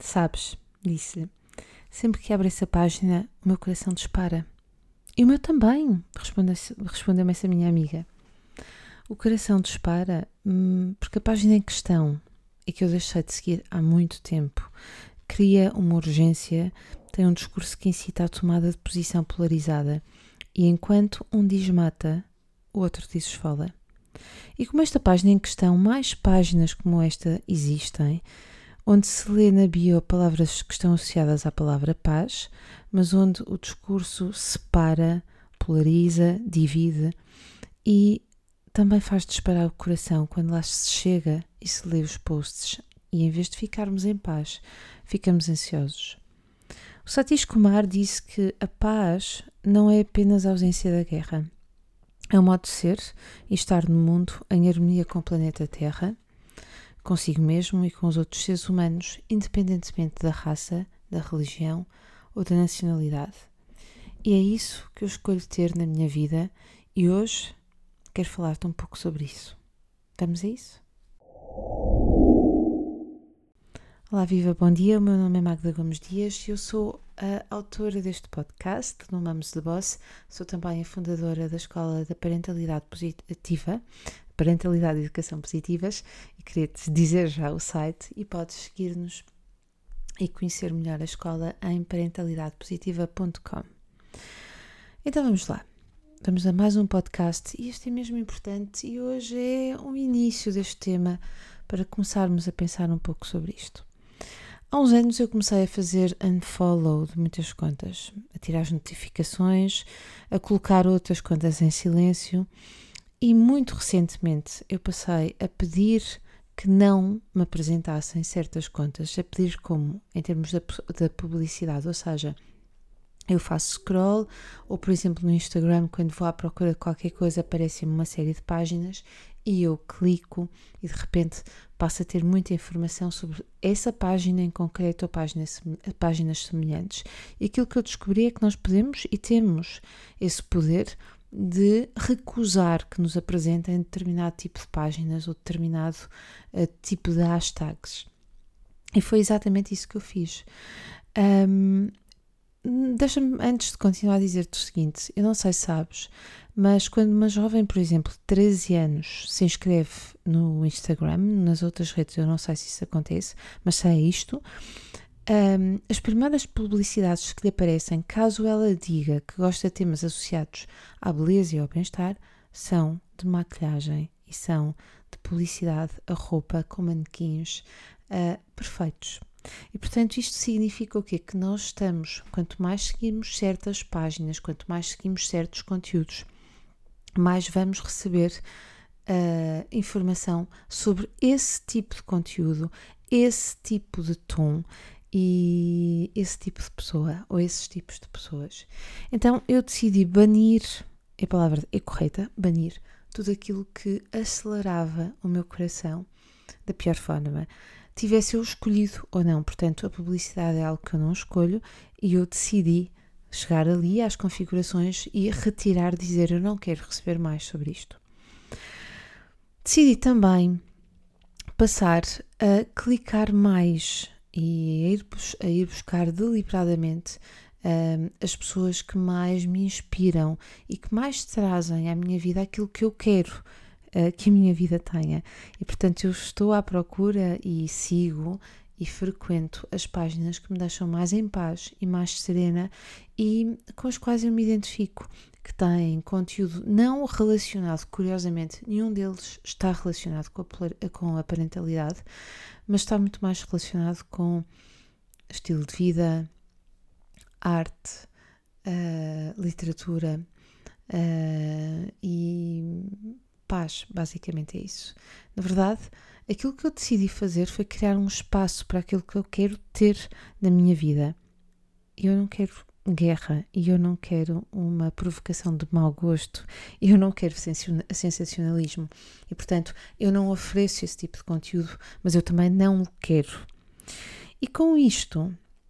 Sabes, disse-lhe, sempre que abro essa página, o meu coração dispara. E o meu também, respondeu-me essa minha amiga. O coração dispara porque a página em questão, e que eu deixei de seguir há muito tempo, cria uma urgência, tem um discurso que incita à tomada de posição polarizada, e enquanto um diz mata, o outro diz esfola. E como esta página em questão, mais páginas como esta existem, onde se lê na bio palavras que estão associadas à palavra paz, mas onde o discurso separa, polariza, divide e também faz disparar o coração quando lá se chega e se lê os posts e em vez de ficarmos em paz, ficamos ansiosos. O Satish Kumar disse que a paz não é apenas a ausência da guerra. É um modo de ser e estar no mundo em harmonia com o planeta Terra, consigo mesmo e com os outros seres humanos, independentemente da raça, da religião ou da nacionalidade. E é isso que eu escolho ter na minha vida e hoje quero falar-te um pouco sobre isso. Vamos a isso? Olá, viva, bom dia. O meu nome é Magda Gomes Dias e eu sou a autora deste podcast, no Mames the Boss. Sou também a fundadora da Escola da Parentalidade Positiva, Parentalidade e Educação Positivas, e queria-te dizer já o site e podes seguir-nos e conhecer melhor a escola em parentalidadepositiva.com. Então vamos lá. Vamos a mais um podcast e este é mesmo importante e hoje é o início deste tema para começarmos a pensar um pouco sobre isto. Há uns anos eu comecei a fazer unfollow de muitas contas, a tirar as notificações, a colocar outras contas em silêncio e muito recentemente eu passei a pedir que não me apresentassem certas contas, a pedir como em termos da publicidade, ou seja, eu faço scroll ou, por exemplo, no Instagram, quando vou à procura de qualquer coisa, aparece-me uma série de páginas e eu clico e de repente passo a ter muita informação sobre essa página em concreto ou páginas semelhantes. E aquilo que eu descobri é que nós podemos e temos esse poder de recusar que nos apresentem determinado tipo de páginas ou determinado tipo de hashtags. E foi exatamente isso que eu fiz. Deixa-me, antes de continuar, a dizer-te o seguinte, eu não sei se sabes, mas quando uma jovem, por exemplo, de 13 anos se inscreve no Instagram, nas outras redes eu não sei se isso acontece, mas sei isto, as primeiras publicidades que lhe aparecem, caso ela diga que gosta de temas associados à beleza e ao bem-estar, são de maquilhagem e são de publicidade a roupa com manequins perfeitos. E, portanto, isto significa o quê? Que nós estamos, quanto mais seguimos certas páginas, quanto mais seguimos certos conteúdos, mais vamos receber informação sobre esse tipo de conteúdo, esse tipo de tom e esse tipo de pessoa, ou esses tipos de pessoas. Então, eu decidi banir, a palavra é correta, banir, tudo aquilo que acelerava o meu coração da pior forma, tivesse eu escolhido ou não. Portanto, a publicidade é algo que eu não escolho e eu decidi chegar ali às configurações e retirar, dizer eu não quero receber mais sobre isto. Decidi também passar a clicar mais e a ir buscar deliberadamente as pessoas que mais me inspiram e que mais trazem à minha vida aquilo que eu quero que a minha vida tenha. E, portanto, eu estou à procura e sigo e frequento as páginas que me deixam mais em paz e mais serena e com as quais eu me identifico, que têm conteúdo não relacionado, curiosamente, nenhum deles está relacionado com a parentalidade, mas está muito mais relacionado com estilo de vida, arte, literatura e paz, basicamente é isso. Na verdade, aquilo que eu decidi fazer foi criar um espaço para aquilo que eu quero ter na minha vida. Eu não quero guerra e eu não quero uma provocação de mau gosto, eu não quero sensacionalismo e, portanto, eu não ofereço esse tipo de conteúdo, mas eu também não o quero. E com isto,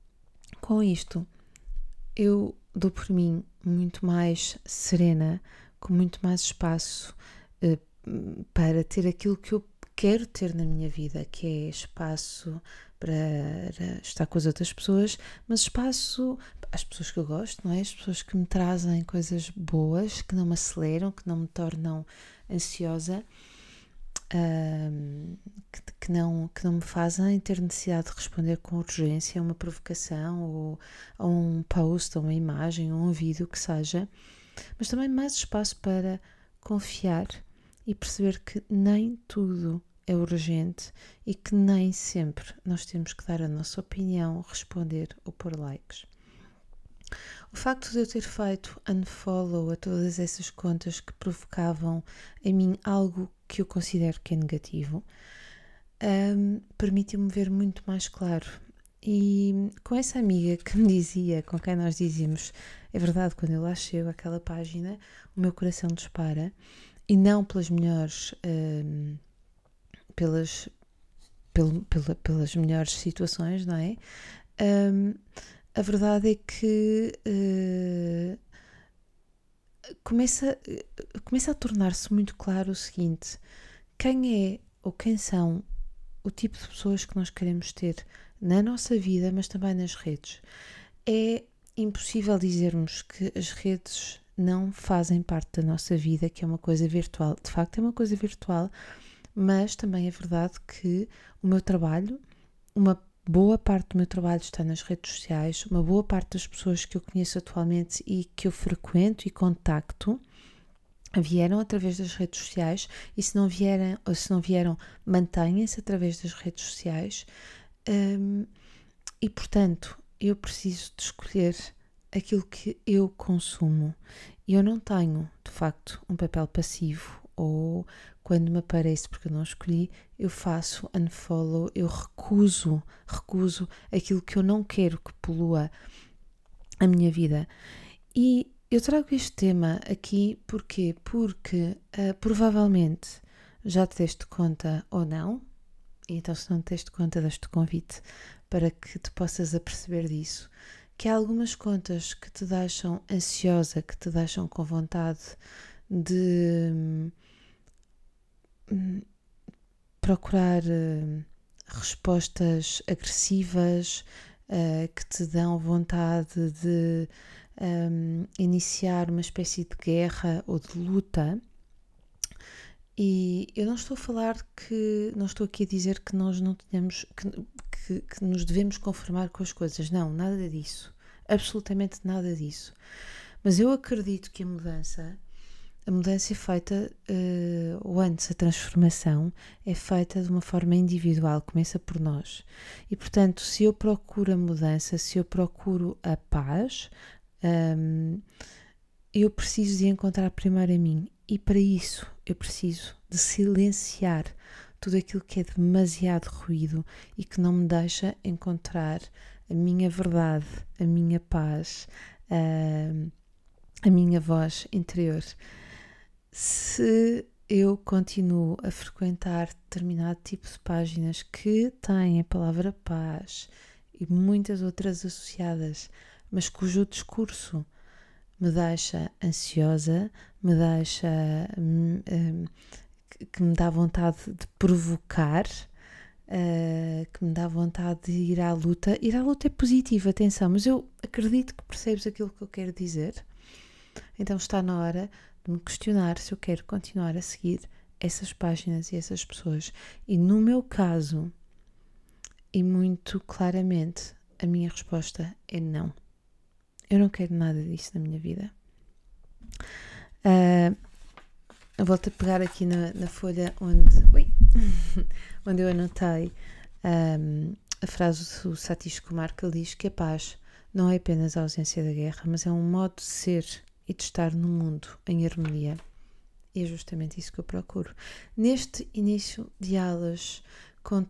eu dou por mim muito mais serena, com muito mais espaço para ter aquilo que eu quero ter na minha vida, que é espaço para estar com as outras pessoas, mas espaço às pessoas que eu gosto, não é? As pessoas que me trazem coisas boas, que não me aceleram, que não me tornam ansiosa, que não me fazem ter necessidade de responder com urgência a uma provocação ou a um post, ou uma imagem, ou um vídeo que seja, mas também mais espaço para confiar e perceber que nem tudo é urgente e que nem sempre nós temos que dar a nossa opinião, responder ou pôr likes. O facto de eu ter feito unfollow a todas essas contas que provocavam em mim algo que eu considero que é negativo, permitiu-me ver muito mais claro. E com essa amiga que me dizia, com quem nós dizíamos, é verdade, quando eu lá chego àquela página, o meu coração dispara, e não pelas melhores, pelas melhores situações, não é? A verdade é que começa a tornar-se muito claro o seguinte: quem é ou quem são o tipo de pessoas que nós queremos ter na nossa vida, mas também nas redes. É impossível dizermos que as redes não fazem parte da nossa vida, que é uma coisa virtual. De facto, é uma coisa virtual, mas também é verdade que o meu trabalho, uma boa parte do meu trabalho está nas redes sociais, uma boa parte das pessoas que eu conheço atualmente e que eu frequento e contacto vieram através das redes sociais, e se não vieram, mantenham-se através das redes sociais, e portanto eu preciso de escolher aquilo que eu consumo. E eu não tenho, de facto, um papel passivo, ou quando me aparece porque eu não escolhi, eu faço unfollow, eu recuso aquilo que eu não quero que polua a minha vida. E eu trago este tema aqui porquê? Porque provavelmente já te deste conta ou não, e então se não te deste conta, deste convite para que te possas aperceber disso, que há algumas contas que te deixam ansiosa, que te deixam com vontade de procurar respostas agressivas, que te dão vontade de iniciar uma espécie de guerra ou de luta. E eu não estou a falar não estou aqui a dizer que nós não tenhamos, que nos devemos conformar com as coisas. Não, nada disso. Absolutamente nada disso. Mas eu acredito que a mudança é feita, ou antes a transformação é feita de uma forma individual, começa por nós. E portanto, se eu procuro a mudança, se eu procuro a paz, eu preciso de encontrar primeiro a mim. E para isso eu preciso de silenciar tudo aquilo que é demasiado ruído e que não me deixa encontrar a minha verdade, a minha paz, a minha voz interior. Se eu continuo a frequentar determinado tipo de páginas que têm a palavra paz e muitas outras associadas, mas cujo discurso me deixa ansiosa, me deixa que me dá vontade de provocar, que me dá vontade de ir à luta. Ir à luta é positivo, atenção, mas eu acredito que percebes aquilo que eu quero dizer. Então está na hora de me questionar se eu quero continuar a seguir essas páginas e essas pessoas. E no meu caso, e muito claramente, a minha resposta é não. Eu não quero nada disso na minha vida. Eu volto a pegar aqui na folha onde eu anotei a frase do Satish Kumar, que ele diz que a paz não é apenas a ausência da guerra, mas é um modo de ser e de estar no mundo em harmonia. E é justamente isso que eu procuro. Neste início de aulas, com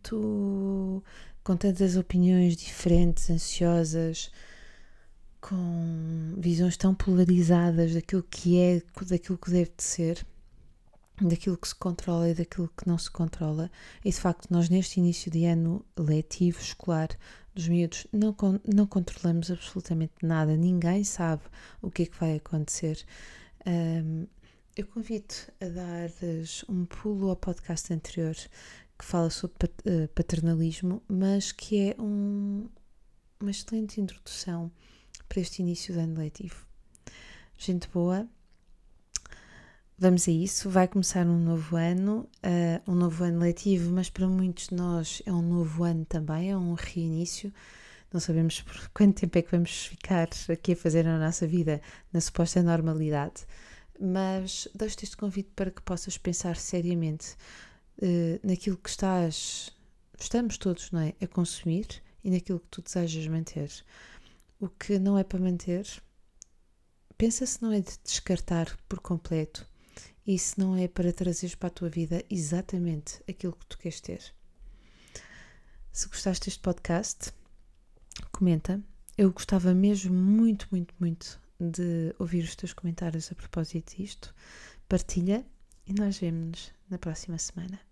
tantas opiniões diferentes, ansiosas, com visões tão polarizadas daquilo que é, daquilo que deve de ser, daquilo que se controla e daquilo que não se controla. E de facto nós neste início de ano letivo, escolar, dos miúdos, não controlamos absolutamente nada. Ninguém sabe o que é que vai acontecer. eu convido a dares um pulo ao podcast anterior que fala sobre paternalismo, mas que é uma excelente introdução para este início de ano letivo. Gente boa, vamos a isso. Vai começar um novo ano letivo, mas para muitos de nós é um novo ano também, é um reinício. Não sabemos por quanto tempo é que vamos ficar aqui a fazer a nossa vida na suposta normalidade, mas deixo-te este convite para que possas pensar seriamente naquilo que estamos todos, não é, a consumir e naquilo que tu desejas manter. O que não é para manter, pensa se não é de descartar por completo e se não é para trazeres para a tua vida exatamente aquilo que tu queres ter. Se gostaste deste podcast, comenta. Eu gostava mesmo muito, muito, muito de ouvir os teus comentários a propósito disto. Partilha e nós vemo-nos na próxima semana.